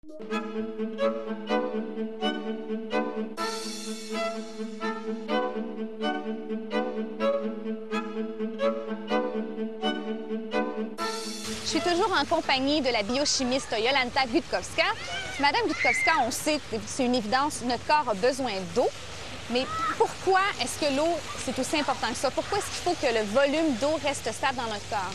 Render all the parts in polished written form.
Je suis toujours en compagnie de la biochimiste Jolanta Gutkowska. Madame Gutkowska, on sait, c'est une évidence, notre corps a besoin d'eau. Mais pourquoi est-ce que l'eau, c'est aussi important que ça? Pourquoi est-ce qu'il faut que le volume d'eau reste stable dans notre corps?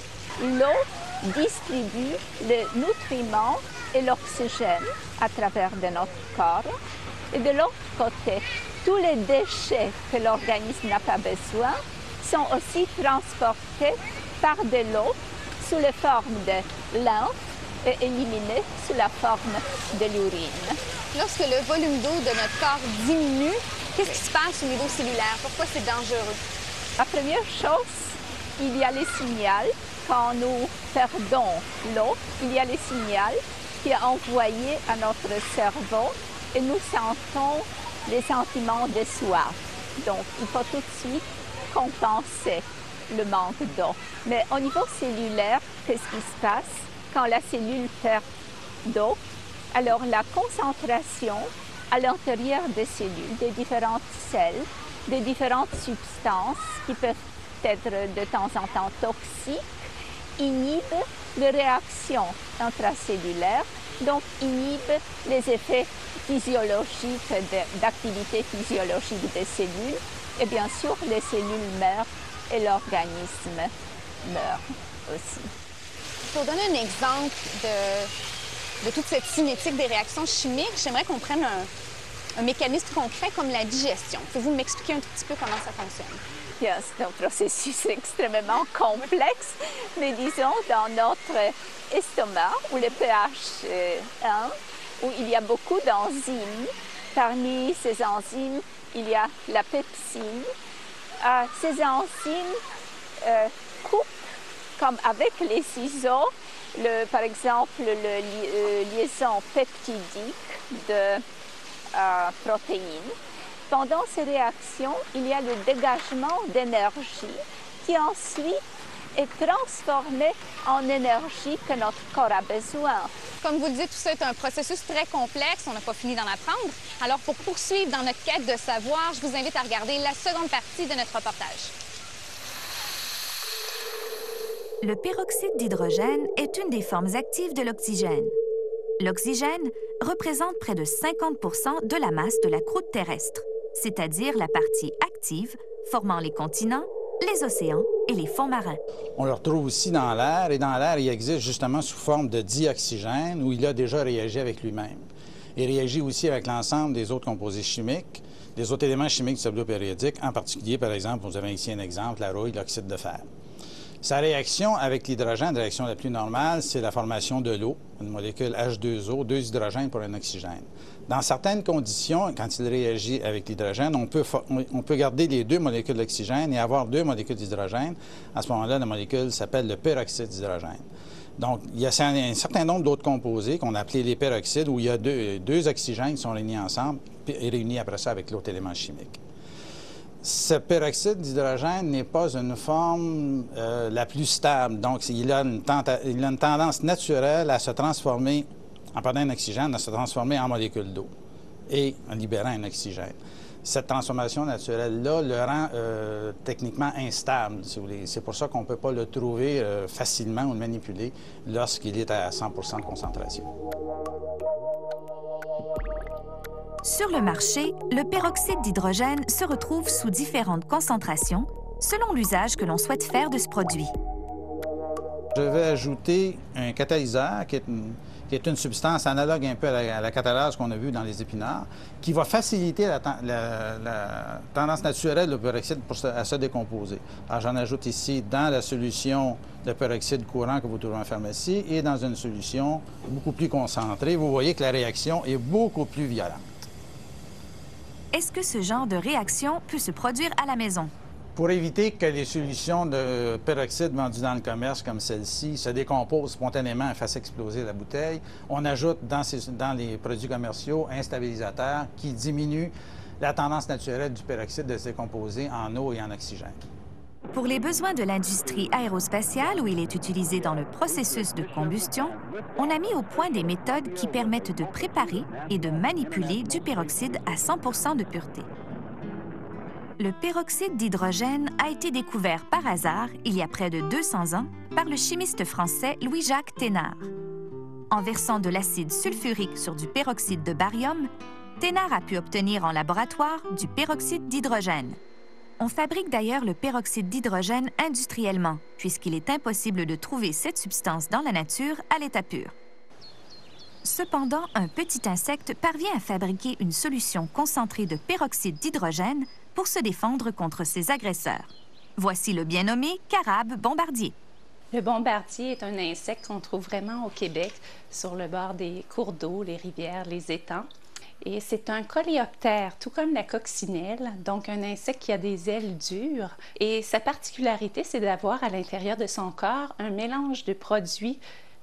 L'eau distribue les nutriments et l'oxygène à travers de notre corps. Et de l'autre côté, tous les déchets que l'organisme n'a pas besoin sont aussi transportés par de l'eau sous la forme de lymphe et éliminés sous la forme de l'urine. Lorsque le volume d'eau de notre corps diminue, qu'est-ce qui se passe au niveau cellulaire? Pourquoi c'est dangereux? La première chose, il y a les signaux. Quand nous perdons l'eau, il y a les signaux qui est envoyé à notre cerveau et nous sentons les sentiments de soif. Donc, il faut tout de suite compenser le manque d'eau. Mais au niveau cellulaire, qu'est-ce qui se passe quand la cellule perd d'eau? Alors, la concentration à l'intérieur des cellules, des différentes cellules, des différentes substances qui peuvent être de temps en temps toxiques, inhibe les réactions intracellulaires, donc inhibe les effets physiologiques, d'activité physiologique des cellules. Et bien sûr, les cellules meurent et l'organisme meurt aussi. Pour donner un exemple de toute cette cinétique des réactions chimiques, j'aimerais qu'on prenne un mécanisme concret comme la digestion. Pouvez-vous m'expliquer un tout petit peu comment ça fonctionne? Bien, c'est un processus extrêmement complexe, mais disons dans notre estomac, où le pH est 1, où il y a beaucoup d'enzymes. Parmi ces enzymes, il y a la pepsine. Ces enzymes coupent, comme avec les ciseaux, par exemple, la liaison peptidique de protéines. Pendant ces réactions, il y a le dégagement d'énergie qui ensuite est transformé en énergie que notre corps a besoin. Comme vous le dites, tout ça est un processus très complexe, on n'a pas fini d'en apprendre. Alors, pour poursuivre dans notre quête de savoir, je vous invite à regarder la seconde partie de notre reportage. Le peroxyde d'hydrogène est une des formes actives de l'oxygène. L'oxygène représente près de 50% de la masse de la croûte terrestre, c'est-à-dire la partie active formant les continents, les océans et les fonds marins. On le retrouve aussi dans l'air, et dans l'air, il existe justement sous forme de dioxygène, où il a déjà réagi avec lui-même. Il réagit aussi avec l'ensemble des autres composés chimiques, des autres éléments chimiques du tableau périodique, en particulier, par exemple, vous avez ici un exemple, la rouille, l'oxyde de fer. Sa réaction avec l'hydrogène, la réaction la plus normale, c'est la formation de l'eau, une molécule H2O, 2 hydrogènes pour un oxygène. Dans certaines conditions, quand il réagit avec l'hydrogène, on peut garder les 2 molécules d'oxygène et avoir 2 molécules d'hydrogène. À ce moment-là, la molécule s'appelle le peroxyde d'hydrogène. Donc, il y a un certain nombre d'autres composés qu'on a appelés les peroxydes, où il y a deux oxygènes qui sont réunis ensemble et réunis après ça avec l'autre élément chimique. Ce peroxyde d'hydrogène n'est pas une forme la plus stable. Donc, il a une tendance naturelle à se transformer, en perdant un oxygène, à se transformer en molécule d'eau et en libérant un oxygène. Cette transformation naturelle-là le rend techniquement instable, si vous voulez. C'est pour ça qu'on ne peut pas le trouver facilement ou le manipuler lorsqu'il est à 100% de concentration. Sur le marché, le peroxyde d'hydrogène se retrouve sous différentes concentrations selon l'usage que l'on souhaite faire de ce produit. Je vais ajouter un catalyseur qui est une substance analogue un peu à la catalase qu'on a vue dans les épinards, qui va faciliter la tendance naturelle du peroxyde à se décomposer. Alors, j'en ajoute ici dans la solution de peroxyde courant que vous trouvez en pharmacie et dans une solution beaucoup plus concentrée. Vous voyez que la réaction est beaucoup plus violente. Est-ce que ce genre de réaction peut se produire à la maison? Pour éviter que les solutions de peroxyde vendues dans le commerce comme celle-ci se décomposent spontanément et fassent exploser la bouteille, on ajoute dans les produits commerciaux un stabilisateur qui diminue la tendance naturelle du peroxyde de se décomposer en eau et en oxygène. Pour les besoins de l'industrie aérospatiale où il est utilisé dans le processus de combustion, on a mis au point des méthodes qui permettent de préparer et de manipuler du peroxyde à 100% de pureté. Le peroxyde d'hydrogène a été découvert par hasard, il y a près de 200 ans, par le chimiste français Louis-Jacques Thénard. En versant de l'acide sulfurique sur du peroxyde de barium, Thénard a pu obtenir en laboratoire du peroxyde d'hydrogène. On fabrique d'ailleurs le peroxyde d'hydrogène industriellement, puisqu'il est impossible de trouver cette substance dans la nature à l'état pur. Cependant, un petit insecte parvient à fabriquer une solution concentrée de peroxyde d'hydrogène pour se défendre contre ses agresseurs. Voici le bien nommé carabe bombardier. Le bombardier est un insecte qu'on trouve vraiment au Québec, sur le bord des cours d'eau, les rivières, les étangs. Et c'est un coléoptère, tout comme la coccinelle, donc un insecte qui a des ailes dures. Et sa particularité, c'est d'avoir à l'intérieur de son corps un mélange de produits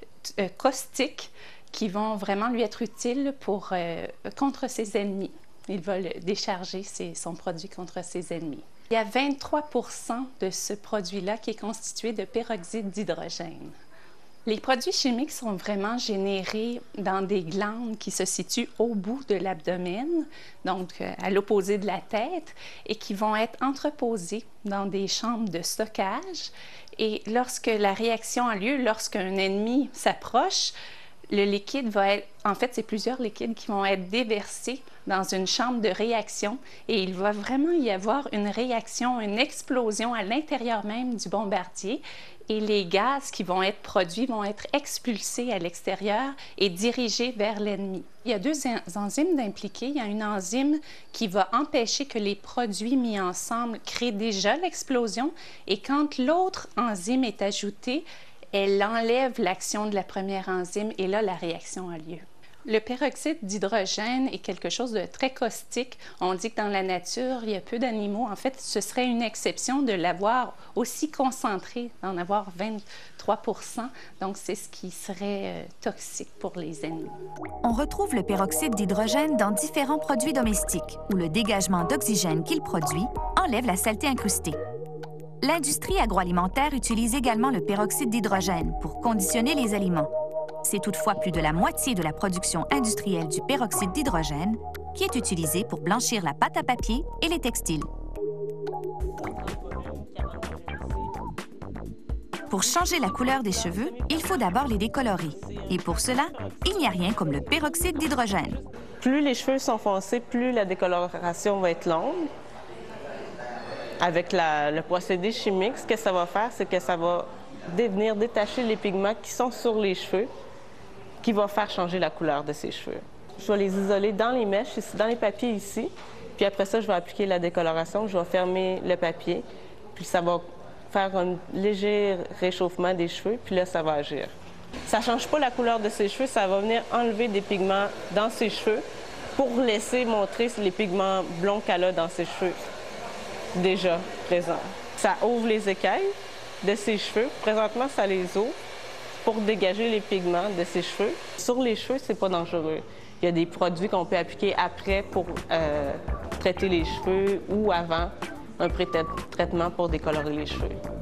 caustiques qui vont vraiment lui être utiles contre ses ennemis. Il va décharger son produit contre ses ennemis. Il y a 23% de ce produit-là qui est constitué de peroxyde d'hydrogène. Les produits chimiques sont vraiment générés dans des glandes qui se situent au bout de l'abdomen, donc à l'opposé de la tête, et qui vont être entreposés dans des chambres de stockage. Et lorsque la réaction a lieu, lorsqu'un ennemi s'approche, le liquide va être, en fait, c'est plusieurs liquides qui vont être déversés dans une chambre de réaction et il va vraiment y avoir une réaction, une explosion à l'intérieur même du bombardier et les gaz qui vont être produits vont être expulsés à l'extérieur et dirigés vers l'ennemi. Il y a deux enzymes impliquées. Il y a une enzyme qui va empêcher que les produits mis ensemble créent déjà l'explosion et quand l'autre enzyme est ajoutée, elle enlève l'action de la première enzyme et là, la réaction a lieu. Le peroxyde d'hydrogène est quelque chose de très caustique. On dit que dans la nature, il y a peu d'animaux. En fait, ce serait une exception de l'avoir aussi concentré, d'en avoir 23%. Donc, c'est ce qui serait toxique pour les ennemis. On retrouve le peroxyde d'hydrogène dans différents produits domestiques où le dégagement d'oxygène qu'il produit enlève la saleté incrustée. L'industrie agroalimentaire utilise également le peroxyde d'hydrogène pour conditionner les aliments. C'est toutefois plus de la moitié de la production industrielle du peroxyde d'hydrogène qui est utilisé pour blanchir la pâte à papier et les textiles. Pour changer la couleur des cheveux, il faut d'abord les décolorer. Et pour cela, il n'y a rien comme le peroxyde d'hydrogène. Plus les cheveux sont foncés, plus la décoloration va être longue. Avec le procédé chimique, ce que ça va faire, c'est que ça va venir détacher les pigments qui sont sur les cheveux, qui va faire changer la couleur de ces cheveux. Je vais les isoler dans les mèches, ici, dans les papiers ici, puis après ça, je vais appliquer la décoloration, je vais fermer le papier, puis ça va faire un léger réchauffement des cheveux, puis là, ça va agir. Ça ne change pas la couleur de ses cheveux, ça va venir enlever des pigments dans ses cheveux pour laisser montrer les pigments blonds qu'elle a dans ses cheveux déjà présents. Ça ouvre les écailles de ses cheveux. Présentement, ça les ouvre pour dégager les pigments de ses cheveux. Sur les cheveux, c'est pas dangereux. Il y a des produits qu'on peut appliquer après pour traiter les cheveux ou avant un pré-traitement pour décolorer les cheveux.